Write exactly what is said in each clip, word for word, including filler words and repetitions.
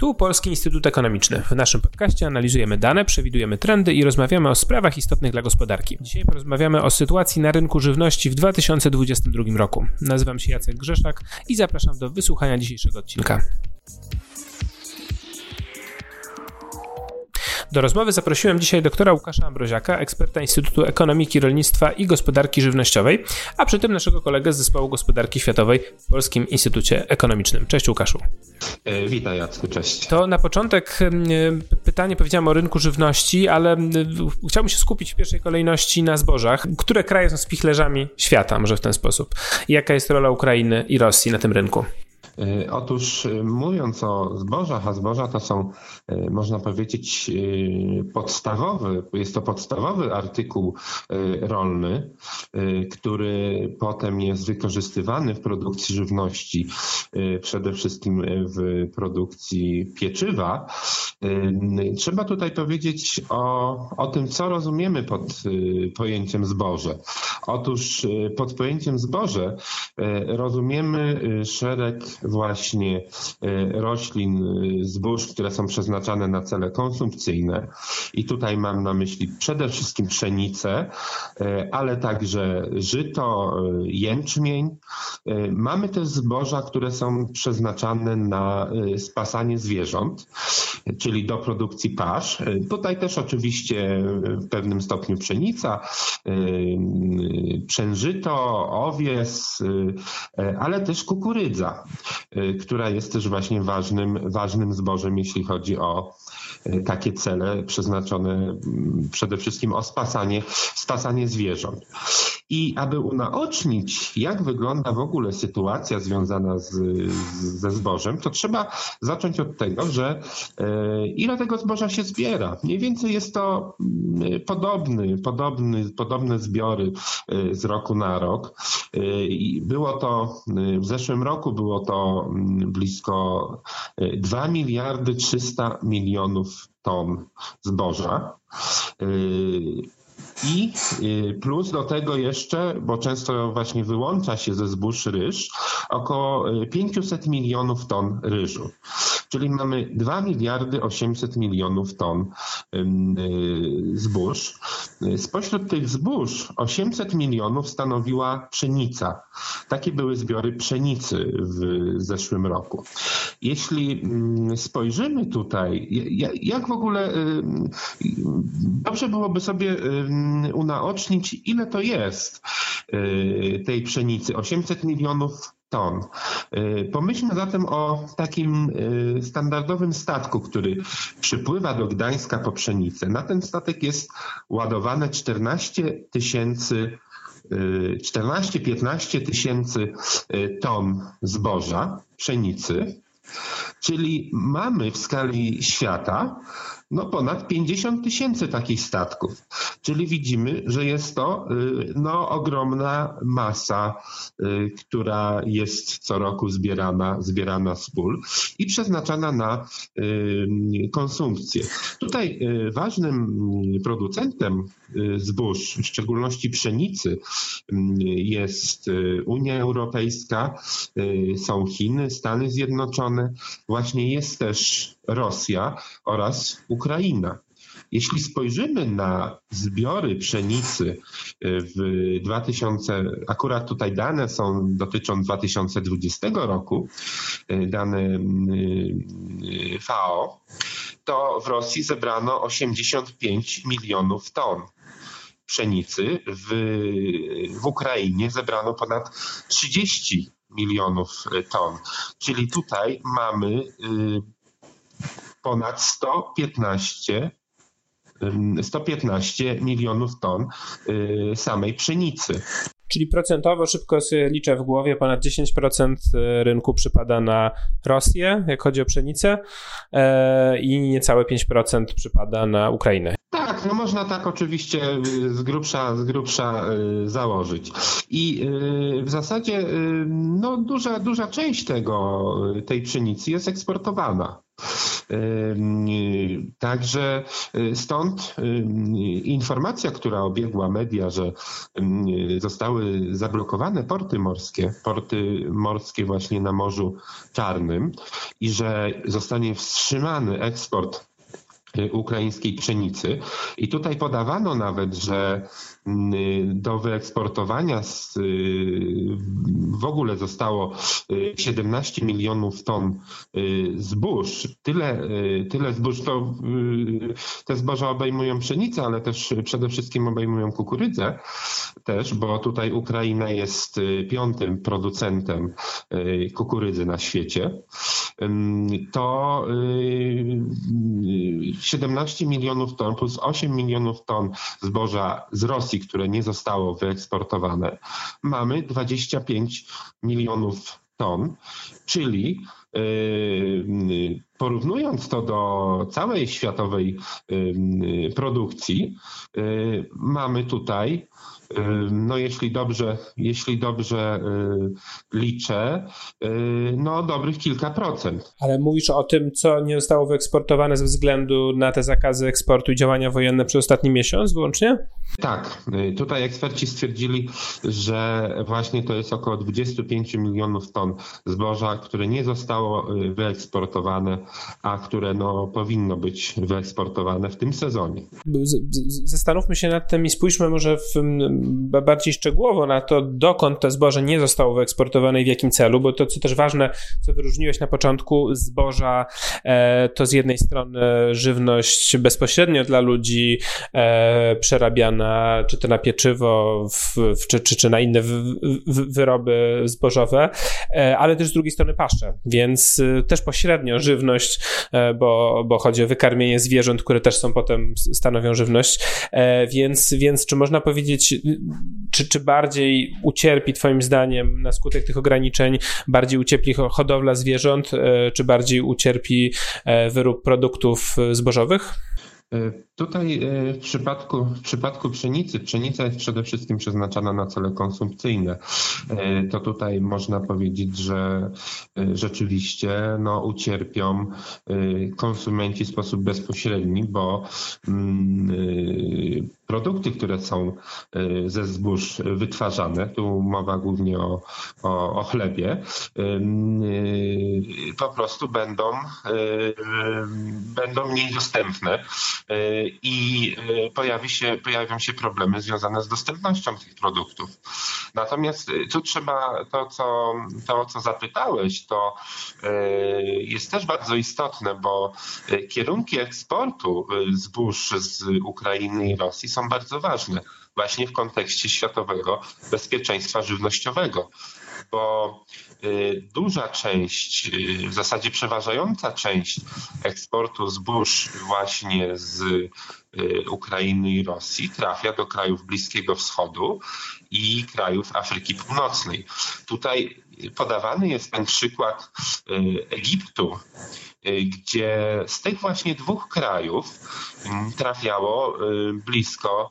Tu Polski Instytut Ekonomiczny. W naszym podcaście analizujemy dane, przewidujemy trendy i rozmawiamy o sprawach istotnych dla gospodarki. Dzisiaj porozmawiamy o sytuacji na rynku żywności w dwa tysiące dwudziestym drugim roku. Nazywam się Jacek Grzeszak i zapraszam do wysłuchania dzisiejszego odcinka. Do rozmowy zaprosiłem dzisiaj doktora Łukasza Ambroziaka, eksperta Instytutu Ekonomiki, Rolnictwa i Gospodarki Żywnościowej, a przy tym naszego kolegę z Zespołu Gospodarki Światowej w Polskim Instytucie Ekonomicznym. Cześć Łukaszu. Witaj Jacku, cześć. To na początek pytanie, powiedziałem o rynku żywności, ale chciałbym się skupić w pierwszej kolejności na zbożach. Które kraje są spichlerzami świata, może w ten sposób? I jaka jest rola Ukrainy i Rosji na tym rynku? Otóż mówiąc o zbożach, a zboża to są, można powiedzieć, podstawowy, jest to podstawowy artykuł rolny, który potem jest wykorzystywany w produkcji żywności, przede wszystkim w produkcji pieczywa. Trzeba tutaj powiedzieć o, o tym, co rozumiemy pod pojęciem zboże. Otóż pod pojęciem zboże rozumiemy szereg właśnie roślin, zbóż, które są przeznaczane na cele konsumpcyjne. I tutaj mam na myśli przede wszystkim pszenicę, ale także żyto, jęczmień. Mamy też zboża, które są przeznaczane na spasanie zwierząt, czyli do produkcji pasz. Tutaj też oczywiście w pewnym stopniu pszenica, pszenżyto, owies, ale też kukurydza, która jest też właśnie ważnym, ważnym zbożem, jeśli chodzi o takie cele przeznaczone przede wszystkim o spasanie, spasanie zwierząt. I aby unaocznić, jak wygląda w ogóle sytuacja związana z, ze zbożem, to trzeba zacząć od tego, że ile tego zboża się zbiera. Mniej więcej jest to podobny, podobny, podobne zbiory z roku na rok. Było to w zeszłym roku było to blisko dwa miliardy trzysta milionów ton zboża. I plus do tego jeszcze, bo często właśnie wyłącza się ze zbóż ryż, około pięćset milionów ton ryżu. Czyli mamy dwa miliardy osiemset milionów ton zbóż. Spośród tych zbóż osiemset milionów stanowiła pszenica. Takie były zbiory pszenicy w zeszłym roku. Jeśli spojrzymy tutaj, jak w ogóle dobrze byłoby sobie unaocznić, ile to jest tej pszenicy. osiemset milionów ton. Pomyślmy zatem o takim standardowym statku, który przypływa do Gdańska po pszenicę. Na ten statek jest ładowane czternaście tysięcy czternaście piętnaście tysięcy ton zboża, pszenicy, czyli mamy w skali świata no ponad pięćdziesiąt tysięcy takich statków. Czyli widzimy, że jest to no, ogromna masa, która jest co roku zbierana, zbierana z pól i przeznaczana na konsumpcję. Tutaj ważnym producentem zbóż, w szczególności pszenicy, jest Unia Europejska, są Chiny, Stany Zjednoczone, właśnie jest też Rosja oraz Ukraina. Jeśli spojrzymy na zbiory pszenicy w dwa tysiące, akurat tutaj dane są, dotyczą dwa tysiące dwudziestego roku, dane F A O, to w Rosji zebrano osiemdziesiąt pięć milionów ton pszenicy, w, w Ukrainie zebrano ponad trzydzieści milionów ton, czyli tutaj mamy ponad sto piętnaście milionów ton samej pszenicy. Czyli procentowo, szybko sobie liczę w głowie, ponad dziesięć procent rynku przypada na Rosję, jak chodzi o pszenicę, i niecałe pięć procent przypada na Ukrainę. Tak, no można tak oczywiście z grubsza, z grubsza założyć. I w zasadzie no duża, duża część tego, tej pszenicy jest eksportowana. Także stąd informacja, która obiegła media, że zostały zablokowane porty morskie, porty morskie właśnie na Morzu Czarnym i że zostanie wstrzymany eksport ukraińskiej pszenicy. I tutaj podawano nawet, że do wyeksportowania z, w ogóle zostało siedemnaście milionów ton zbóż. Tyle, tyle zbóż, to te zboża obejmują pszenicę, ale też przede wszystkim obejmują kukurydzę też, bo tutaj Ukraina jest piątym producentem kukurydzy na świecie. To siedemnaście milionów ton plus osiem milionów ton zboża z Rosji, które nie zostało wyeksportowane, mamy dwadzieścia pięć milionów ton, czyli yy, porównując to do całej światowej yy, produkcji, yy, mamy tutaj, yy, no jeśli dobrze, jeśli dobrze yy, liczę, yy, no dobrych kilka procent. Ale mówisz o tym, co nie zostało wyeksportowane ze względu na te zakazy eksportu i działania wojenne przez ostatni miesiąc wyłącznie? Tak, tutaj eksperci stwierdzili, że właśnie to jest około dwadzieścia pięć milionów ton zboża, które nie zostało wyeksportowane, a które no, powinno być wyeksportowane w tym sezonie. Zastanówmy się nad tym i spójrzmy może w, bardziej szczegółowo na to, dokąd to zboże nie zostało wyeksportowane i w jakim celu, bo to, co też ważne, co wyróżniłeś na początku, zboża e, to z jednej strony żywność bezpośrednio dla ludzi e, przerabiana, czy to na pieczywo, w, w, czy, czy, czy na inne w, w, wyroby zbożowe, ale też z drugiej strony pasze, więc też pośrednio żywność, bo, bo chodzi o wykarmienie zwierząt, które też są potem, stanowią żywność, więc, więc czy można powiedzieć, czy, czy bardziej ucierpi twoim zdaniem na skutek tych ograniczeń, bardziej ucierpi hodowla zwierząt, czy bardziej ucierpi wyrób produktów zbożowych? Tutaj w przypadku, w przypadku pszenicy, pszenica jest przede wszystkim przeznaczana na cele konsumpcyjne. To tutaj można powiedzieć, że rzeczywiście no, ucierpią konsumenci w sposób bezpośredni, bo produkty, które są ze zbóż wytwarzane, tu mowa głównie o, o, o chlebie, po prostu będą, będą mniej dostępne i pojawi się, pojawią się problemy związane z dostępnością tych produktów. Natomiast tu trzeba, to co, to, o co zapytałeś, to jest też bardzo istotne, bo kierunki eksportu zbóż z Ukrainy i Rosji są bardzo ważne właśnie w kontekście światowego bezpieczeństwa żywnościowego, bo duża część, w zasadzie przeważająca część eksportu zbóż właśnie z Ukrainy i Rosji trafia do krajów Bliskiego Wschodu i krajów Afryki Północnej. Tutaj podawany jest ten przykład Egiptu, gdzie z tych właśnie dwóch krajów trafiało blisko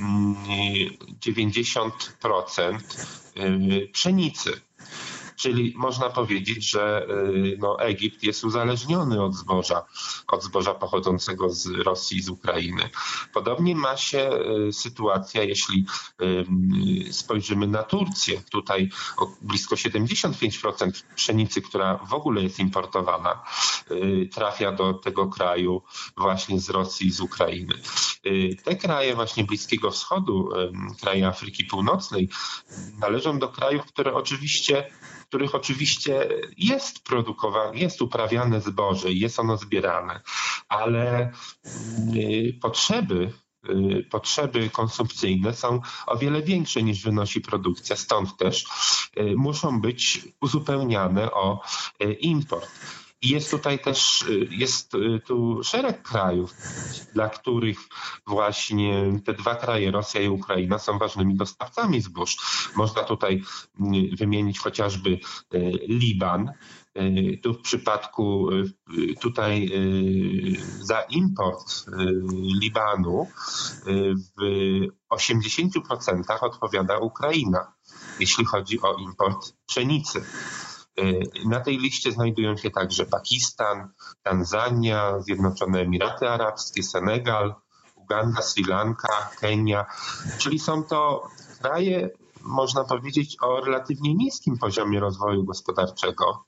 dziewięćdziesiąt procent pszenicy. Czyli można powiedzieć, że no, Egipt jest uzależniony od zboża, od zboża pochodzącego z Rosji i z Ukrainy. Podobnie ma się sytuacja, jeśli spojrzymy na Turcję. Tutaj blisko siedemdziesiąt pięć procent pszenicy, która w ogóle jest importowana, trafia do tego kraju właśnie z Rosji i z Ukrainy. Te kraje właśnie Bliskiego Wschodu, kraje Afryki Północnej należą do krajów, które oczywiście w których oczywiście jest produkowane, jest uprawiane zboże i jest ono zbierane, ale potrzeby, potrzeby konsumpcyjne są o wiele większe niż wynosi produkcja, stąd też muszą być uzupełniane o import. I jest tutaj też, jest tu szereg krajów, dla których właśnie te dwa kraje, Rosja i Ukraina, są ważnymi dostawcami zbóż. Można tutaj wymienić chociażby Liban. Tu w przypadku, tutaj za import Libanu w osiemdziesięciu procentach odpowiada Ukraina, jeśli chodzi o import pszenicy. Na tej liście znajdują się także Pakistan, Tanzania, Zjednoczone Emiraty Arabskie, Senegal, Uganda, Sri Lanka, Kenia, czyli są to kraje, można powiedzieć, o relatywnie niskim poziomie rozwoju gospodarczego,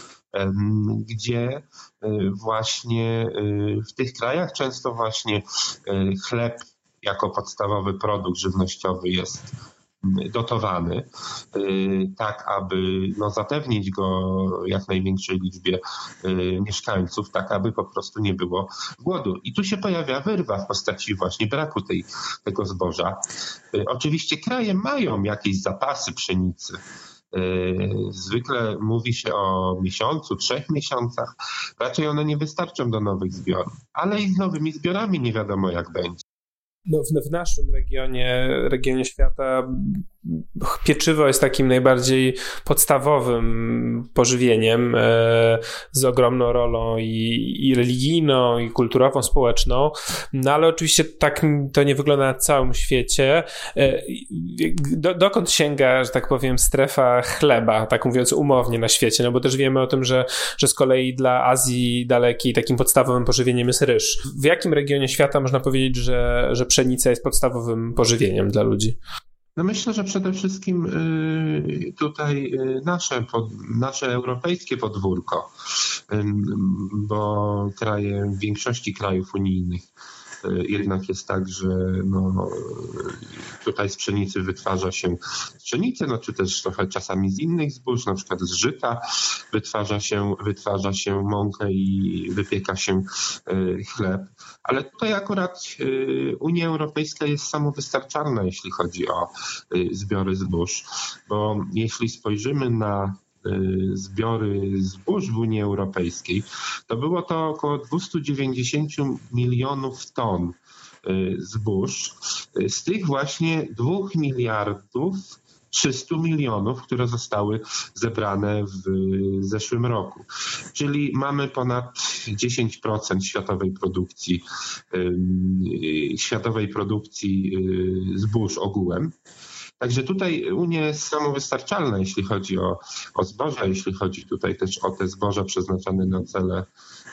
gdzie właśnie w tych krajach często właśnie chleb jako podstawowy produkt żywnościowy jest dotowany, tak aby no, zapewnić go jak największej liczbie mieszkańców, tak aby po prostu nie było głodu. I tu się pojawia wyrwa w postaci właśnie braku tej, tego zboża. Oczywiście kraje mają jakieś zapasy pszenicy. Zwykle mówi się o miesiącu, trzech miesiącach. Raczej one nie wystarczą do nowych zbiorów, ale i z nowymi zbiorami nie wiadomo jak będzie. No, w, w naszym regionie, regionie świata pieczywo jest takim najbardziej podstawowym pożywieniem e, z ogromną rolą i, i religijną, i kulturową, społeczną, no ale oczywiście tak to nie wygląda na całym świecie. E, do, dokąd sięga, że tak powiem, strefa chleba, tak mówiąc umownie, na świecie? No bo też wiemy o tym, że, że z kolei dla Azji Dalekiej takim podstawowym pożywieniem jest ryż. W jakim regionie świata można powiedzieć, że, że pszenica jest podstawowym pożywieniem dla ludzi? No myślę, że przede wszystkim tutaj nasze, nasze europejskie podwórko, bo kraje, w większości krajów unijnych jednak jest tak, że no, tutaj z pszenicy wytwarza się pszenicę, no czy też trochę czasami z innych zbóż, na przykład z żyta wytwarza się, wytwarza się mąkę i wypieka się chleb. Ale tutaj akurat Unia Europejska jest samowystarczalna, jeśli chodzi o zbiory zbóż, bo jeśli spojrzymy na zbiory zbóż w Unii Europejskiej, to było to około dwieście dziewięćdziesiąt milionów ton zbóż. Z tych właśnie dwóch miliardów trzysta milionów, które zostały zebrane w zeszłym roku. Czyli mamy ponad dziesięć procent światowej produkcji, światowej produkcji zbóż ogółem. Także tutaj Unia jest samowystarczalna, jeśli chodzi o, o zboża, jeśli chodzi tutaj też o te zboża przeznaczone na cele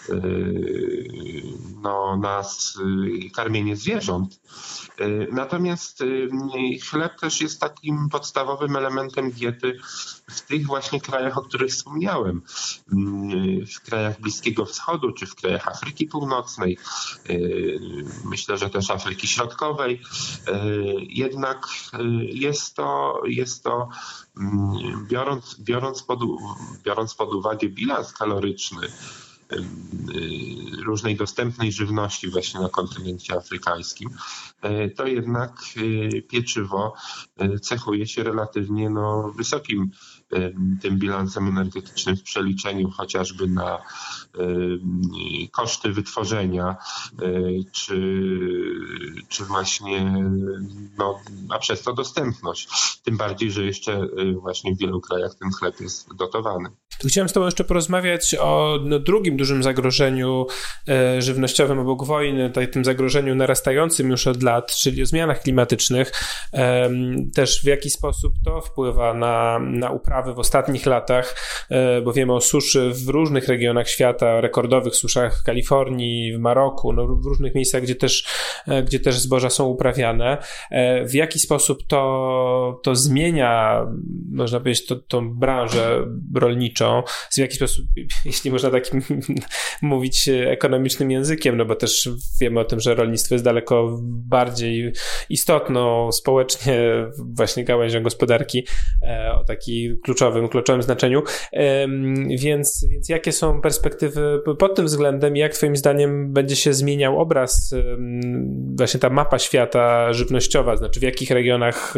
no, na karmienie zwierząt. Natomiast chleb też jest takim podstawowym elementem diety w tych właśnie krajach, o których wspomniałem. W krajach Bliskiego Wschodu, czy w krajach Afryki Północnej, myślę, że też Afryki Środkowej. Jednak jest to, jest to biorąc, biorąc, pod, biorąc pod uwagę bilans kaloryczny różnej dostępnej żywności właśnie na kontynencie afrykańskim, to jednak pieczywo cechuje się relatywnie no, wysokim tym bilansem energetycznym w przeliczeniu chociażby na koszty wytworzenia, czy, czy właśnie, no, a przez to dostępność. Tym bardziej, że jeszcze właśnie w wielu krajach ten chleb jest dotowany. Tu chciałem z Tobą jeszcze porozmawiać o no, drugim dużym zagrożeniu e, żywnościowym obok wojny, tak, tym zagrożeniu narastającym już od lat, czyli o zmianach klimatycznych. E, też w jaki sposób to wpływa na, na uprawy w ostatnich latach, e, bo wiemy o suszy w różnych regionach świata, o rekordowych suszach w Kalifornii, w Maroku, no, w różnych miejscach, gdzie też, e, gdzie też zboża są uprawiane. E, w jaki sposób to, to zmienia, można powiedzieć, to, tą branżę rolniczą, w jaki sposób, jeśli można takim mówić ekonomicznym językiem, no bo też wiemy o tym, że rolnictwo jest daleko bardziej istotną społecznie właśnie gałęzią gospodarki o takim kluczowym, kluczowym znaczeniu. Więc, więc jakie są perspektywy pod tym względem i jak Twoim zdaniem będzie się zmieniał obraz, właśnie ta mapa świata żywnościowa, znaczy w jakich regionach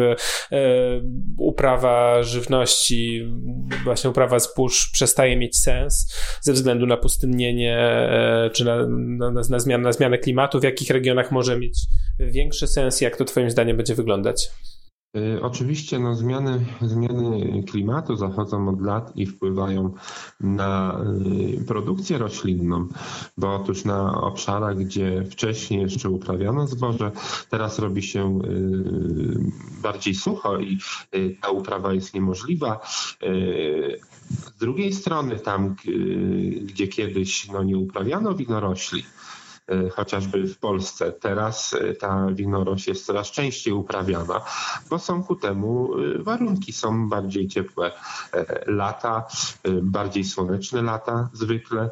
uprawa żywności, właśnie uprawa zbóż przestaje mieć sens ze względu na pustynnienie czy na, na, na, zmianę, na zmianę klimatu, w jakich regionach może mieć większy sens, jak to Twoim zdaniem będzie wyglądać? Oczywiście no, zmiany, zmiany klimatu zachodzą od lat i wpływają na produkcję roślinną, bo otóż na obszarach, gdzie wcześniej jeszcze uprawiano zboże, teraz robi się bardziej sucho i ta uprawa jest niemożliwa. Z drugiej strony tam, gdzie kiedyś no, nie uprawiano winorośli, chociażby w Polsce. Teraz ta winorośl jest coraz częściej uprawiana, bo są ku temu warunki. Są bardziej ciepłe lata, bardziej słoneczne lata zwykle.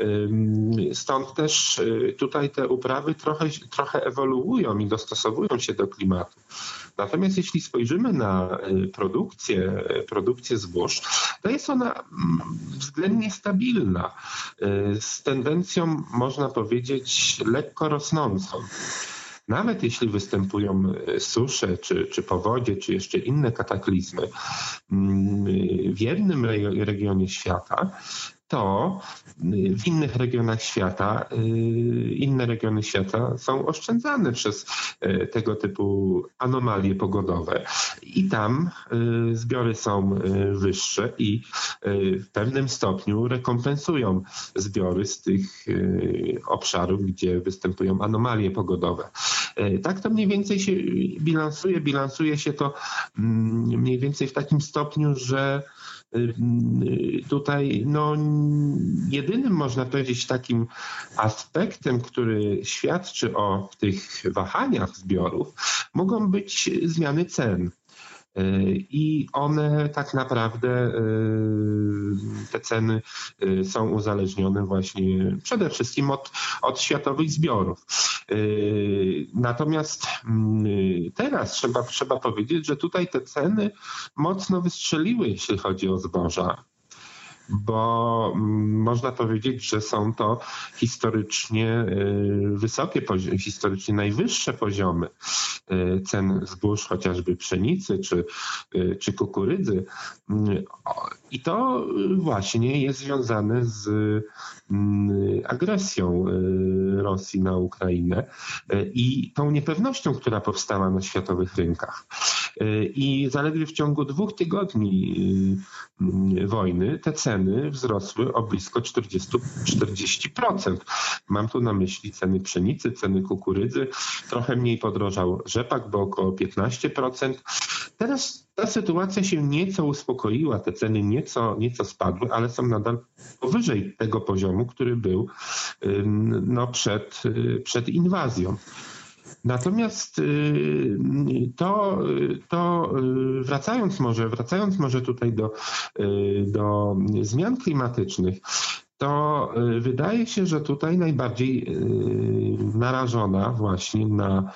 Stąd też tutaj te uprawy trochę, trochę ewoluują i dostosowują się do klimatu. Natomiast jeśli spojrzymy na produkcję, produkcję zbóż, to jest ona względnie stabilna, z tendencją, można powiedzieć, lekko rosnącą. Nawet jeśli występują susze, czy, czy powodzie, czy jeszcze inne kataklizmy w jednym regionie świata, to w innych regionach świata, inne regiony świata są oszczędzane przez tego typu anomalie pogodowe. I tam zbiory są wyższe i w pewnym stopniu rekompensują zbiory z tych obszarów, gdzie występują anomalie pogodowe. Tak to mniej więcej się bilansuje. Bilansuje się to mniej więcej w takim stopniu, że tutaj no, jedynym, można powiedzieć, takim aspektem, który świadczy o tych wahaniach zbiorów, mogą być zmiany cen. I one tak naprawdę, te ceny są uzależnione właśnie przede wszystkim od, od światowych zbiorów. Natomiast teraz trzeba, trzeba powiedzieć, że tutaj te ceny mocno wystrzeliły, jeśli chodzi o zboża, bo można powiedzieć, że są to historycznie wysokie, historycznie najwyższe poziomy cen zbóż, chociażby pszenicy czy, czy kukurydzy. I to właśnie jest związane z agresją Rosji na Ukrainę i tą niepewnością, która powstała na światowych rynkach. I zaledwie w ciągu dwóch tygodni wojny te ceny wzrosły o blisko czterdzieści do czterdziestu procent. Mam tu na myśli ceny pszenicy, ceny kukurydzy. Trochę mniej podrożał rzepak, bo około piętnaście procent. Teraz ta sytuacja się nieco uspokoiła, te ceny nieco, nieco spadły, ale są nadal powyżej tego poziomu, który był no, przed, przed inwazją. Natomiast to, to wracając może, wracając może tutaj do, do zmian klimatycznych, to wydaje się, że tutaj najbardziej narażona właśnie na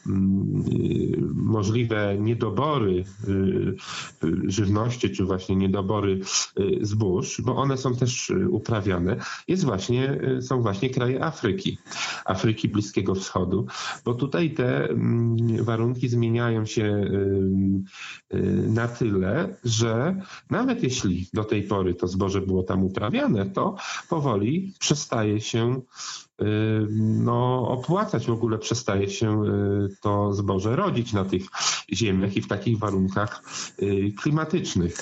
możliwe niedobory żywności, czy właśnie niedobory zbóż, bo one są też uprawiane, jest właśnie, są właśnie kraje Afryki, Afryki Bliskiego Wschodu, bo tutaj te warunki zmieniają się na tyle, że nawet jeśli do tej pory to zboże było tam uprawiane, to powoli przestaje się no, opłacać, w ogóle przestaje się to zboże rodzić na tych ziemiach i w takich warunkach klimatycznych.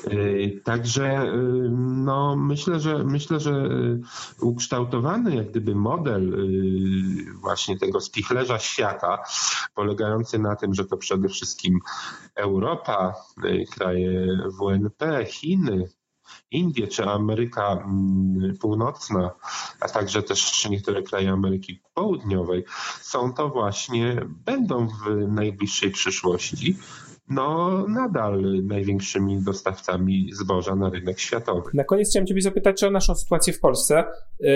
Także no, myślę, że myślę, że ukształtowany jak gdyby model właśnie tego spichlerza świata, polegający na tym, że to przede wszystkim Europa, kraje W N P, Chiny, Indie czy Ameryka Północna, a także też niektóre kraje Ameryki Południowej, są to właśnie, będą w najbliższej przyszłości no nadal największymi dostawcami zboża na rynek światowy. Na koniec chciałem Ciebie zapytać o naszą sytuację w Polsce,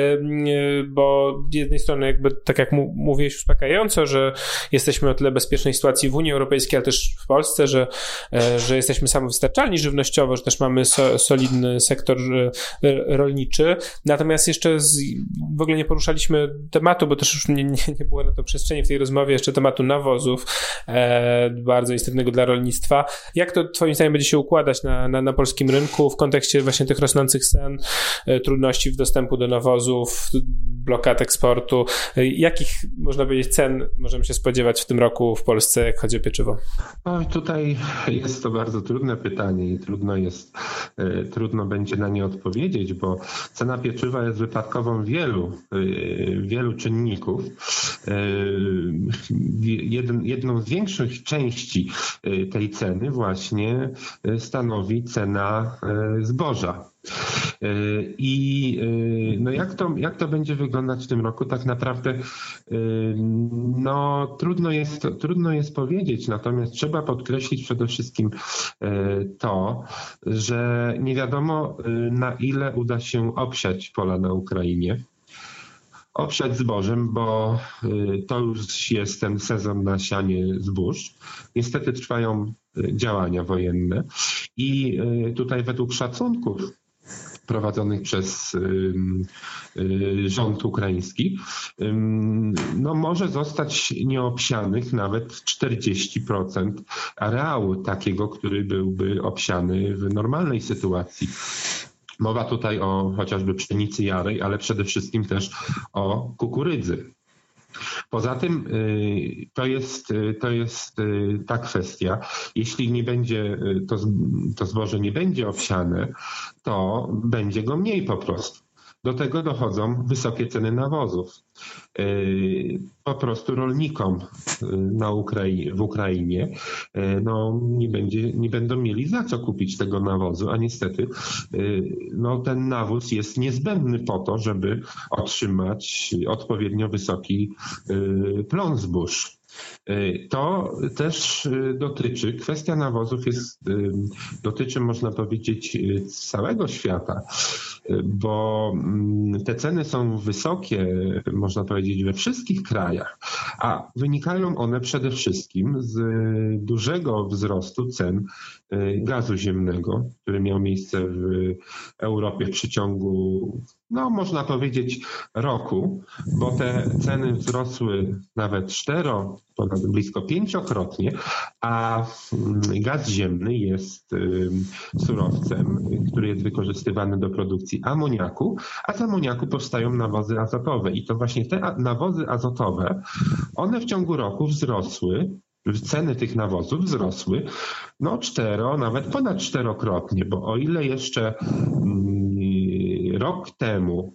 bo z jednej strony jakby tak jak mówiłeś uspokajająco, że jesteśmy o tyle bezpiecznej sytuacji w Unii Europejskiej, ale też w Polsce, że, że jesteśmy samowystarczalni żywnościowo, że też mamy so, solidny sektor rolniczy. Natomiast jeszcze z, w ogóle nie poruszaliśmy tematu, bo też już nie, nie, nie było na to przestrzeni w tej rozmowie, jeszcze tematu nawozów, e, bardzo istotnego dla rolnictwa. Jak to twoim zdaniem będzie się układać na, na, na polskim rynku w kontekście właśnie tych rosnących cen, e, trudności w dostępu do nawozów, blokad eksportu? E, jakich, można powiedzieć, cen możemy się spodziewać w tym roku w Polsce, jak chodzi o pieczywo? No, tutaj jest to bardzo trudne pytanie i trudno jest, e, trudno będzie na nie odpowiedzieć, bo cena pieczywa jest wypadkową wielu, e, wielu czynników. E, jeden, jedną z większych części tej ceny właśnie stanowi cena zboża. I no jak to, jak to będzie wyglądać w tym roku, tak naprawdę no, trudno jest, trudno jest powiedzieć, natomiast trzeba podkreślić przede wszystkim to, że nie wiadomo, na ile uda się obsiać pola na Ukrainie. Obsiać zbożem, bo to już jest ten sezon na sianie zbóż. Niestety trwają działania wojenne i tutaj według szacunków prowadzonych przez rząd ukraiński, no może zostać nieobsianych nawet czterdzieści procent areału takiego, który byłby obsiany w normalnej sytuacji. Mowa tutaj o chociażby pszenicy jarej, ale przede wszystkim też o kukurydzy. Poza tym to jest, to jest ta kwestia, jeśli nie będzie, to, to zboże nie będzie obsiane, to będzie go mniej po prostu. Do tego dochodzą wysokie ceny nawozów. Po prostu rolnikom na Ukrai- w Ukrainie no, nie, będzie, nie będą mieli za co kupić tego nawozu, a niestety no, ten nawóz jest niezbędny po to, żeby otrzymać odpowiednio wysoki plon zbóż. To też dotyczy, kwestia nawozów jest, dotyczy, można powiedzieć, całego świata, bo te ceny są wysokie, można powiedzieć, we wszystkich krajach, a wynikają one przede wszystkim z dużego wzrostu cen gazu ziemnego, który miał miejsce w Europie w przeciągu, no można powiedzieć, roku, bo te ceny wzrosły nawet cztero, ponad blisko pięciokrotnie, a gaz ziemny jest surowcem, który jest wykorzystywany do produkcji amoniaku, a z amoniaku powstają nawozy azotowe. I to właśnie te nawozy azotowe, one w ciągu roku wzrosły, ceny tych nawozów wzrosły no cztero, nawet ponad czterokrotnie, bo o ile jeszcze rok temu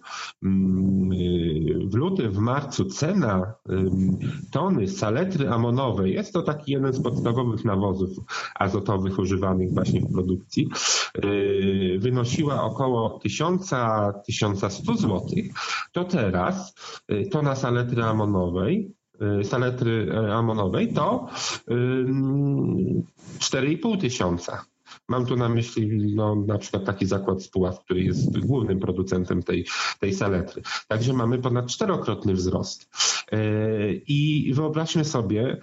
w lutym, w marcu cena tony saletry amonowej, jest to taki jeden z podstawowych nawozów azotowych używanych właśnie w produkcji, wynosiła około tysiąc do tysiąca stu złotych, to teraz tona saletry amonowej saletry amonowej to cztery i pół tysiąca. Mam tu na myśli no, na przykład taki zakład Spuław, który jest głównym producentem tej, tej saletry. Także mamy ponad czterokrotny wzrost. I wyobraźmy sobie,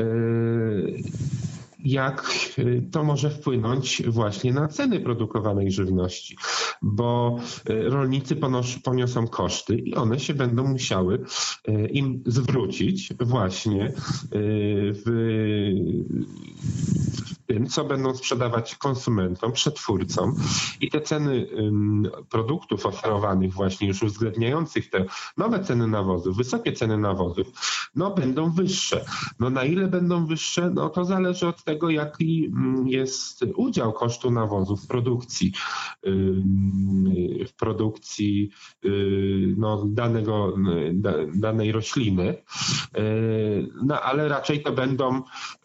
jak to może wpłynąć właśnie na ceny produkowanej żywności, bo rolnicy ponos- poniosą koszty i one się będą musiały im zwrócić właśnie w, w tym, co będą sprzedawać konsumentom, przetwórcom i te ceny produktów oferowanych właśnie już uwzględniających te nowe ceny nawozów, wysokie ceny nawozów, no będą wyższe. No na ile będą wyższe, no to zależy od tego, jaki jest udział kosztu nawozu w produkcji, w produkcji no, danego, danej rośliny. No ale raczej to będą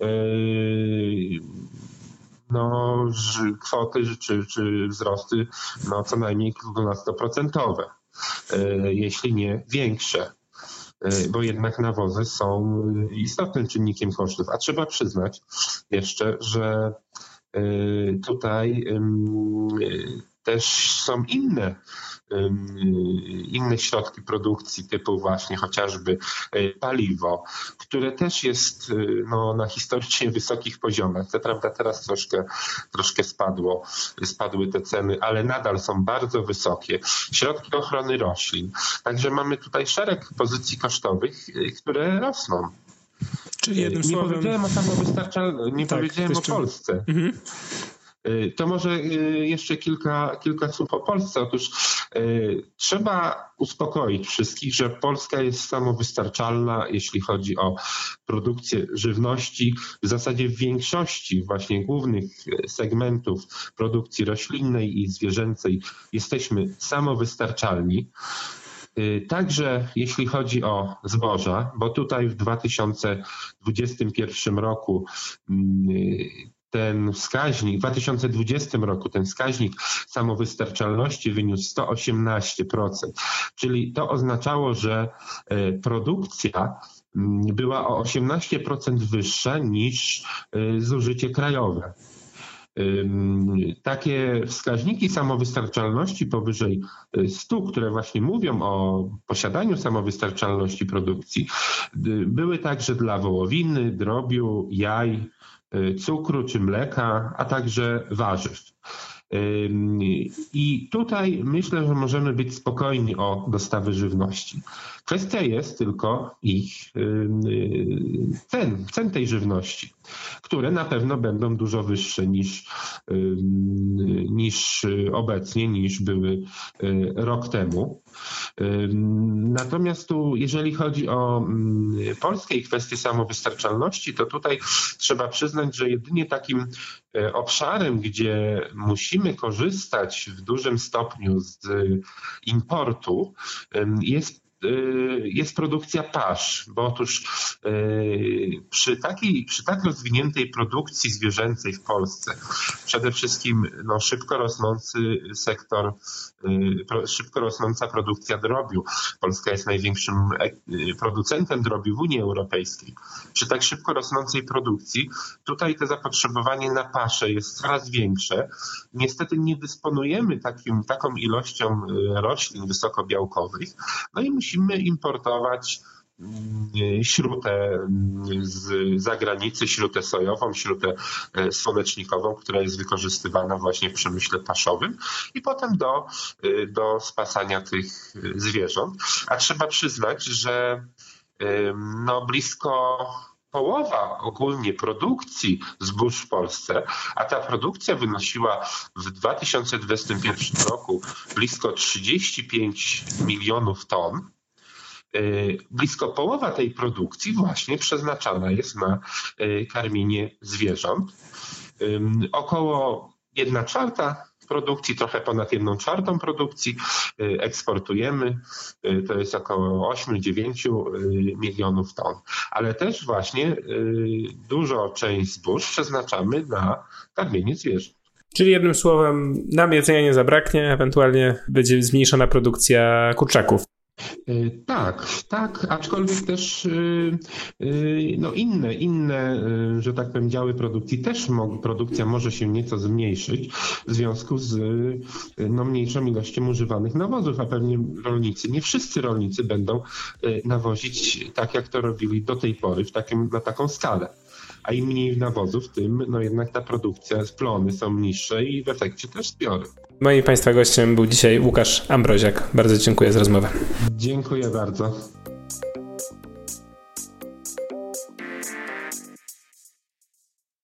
no, kwoty czy, czy wzrosty no, co najmniej kilkunastoprocentowe, jeśli nie większe. Bo jednak nawozy są istotnym czynnikiem kosztów. A trzeba przyznać jeszcze, że tutaj też są inne, inne środki produkcji typu właśnie chociażby paliwo, które też jest no, na historycznie wysokich poziomach. Co prawda teraz troszkę, troszkę spadło, spadły te ceny, ale nadal są bardzo wysokie. Środki ochrony roślin. Także mamy tutaj szereg pozycji kosztowych, które rosną. Czyli jednym nie słowem... powiedziałem o samowystarczalności, nie tak, powiedziałem o Polsce. Mhm. To może jeszcze kilka, kilka słów o Polsce. Otóż trzeba uspokoić wszystkich, że Polska jest samowystarczalna, jeśli chodzi o produkcję żywności. W zasadzie w większości właśnie głównych segmentów produkcji roślinnej i zwierzęcej jesteśmy samowystarczalni. Także jeśli chodzi o zboża, bo tutaj w dwa tysiące dwudziestym pierwszym roku ten wskaźnik, w dwa tysiące dwudziestym roku ten wskaźnik samowystarczalności wyniósł sto osiemnaście procent, czyli to oznaczało, że produkcja była o osiemnaście procent wyższa niż zużycie krajowe. Takie wskaźniki samowystarczalności powyżej stu, które właśnie mówią o posiadaniu samowystarczalności produkcji, były także dla wołowiny, drobiu, jaj, cukru czy mleka, a także warzyw. I tutaj myślę, że możemy być spokojni o dostawy żywności. Kwestia jest tylko ich cen, cen tej żywności, które na pewno będą dużo wyższe niż, niż obecnie, niż były rok temu. Natomiast tu, jeżeli chodzi o Polskę i kwestię samowystarczalności, to tutaj trzeba przyznać, że jedynie takim obszarem, gdzie musimy korzystać w dużym stopniu z importu, jest jest produkcja pasz, bo otóż przy takiej, przy tak rozwiniętej produkcji zwierzęcej w Polsce, przede wszystkim no, szybko rosnący sektor, szybko rosnąca produkcja drobiu. Polska jest największym producentem drobiu w Unii Europejskiej. Przy tak szybko rosnącej produkcji tutaj to zapotrzebowanie na paszę jest coraz większe. Niestety nie dysponujemy takim, taką ilością roślin wysokobiałkowych, no i musimy Musimy importować śrutę z zagranicy, śrutę sojową, śrutę słonecznikową, która jest wykorzystywana właśnie w przemyśle paszowym i potem do, do spasania tych zwierząt. A trzeba przyznać, że no blisko połowa ogólnie produkcji zbóż w Polsce, a ta produkcja wynosiła w dwa tysiące dwudziestym pierwszym roku blisko trzydzieści pięć milionów ton. Blisko połowa tej produkcji właśnie przeznaczana jest na karmienie zwierząt. Około jedna czwarta produkcji, trochę ponad jedną czwartą produkcji eksportujemy. To jest około osiem do dziewięciu milionów ton. Ale też właśnie dużą część zbóż przeznaczamy na karmienie zwierząt. Czyli jednym słowem nam jedzenia nie zabraknie, ewentualnie będzie zmniejszona produkcja kurczaków. Tak, tak, aczkolwiek też no inne, inne, że tak powiem, działy produkcji też mo- produkcja może się nieco zmniejszyć w związku z no, mniejszą ilością używanych nawozów, a pewnie rolnicy, nie wszyscy rolnicy będą nawozić tak, jak to robili do tej pory, w takim, na taką skalę. A im mniej nawozów, tym no jednak ta produkcja, plony są niższe i w efekcie też zbiory. Moim Państwa gościem był dzisiaj Łukasz Ambroziak. Bardzo dziękuję za rozmowę. Dziękuję bardzo.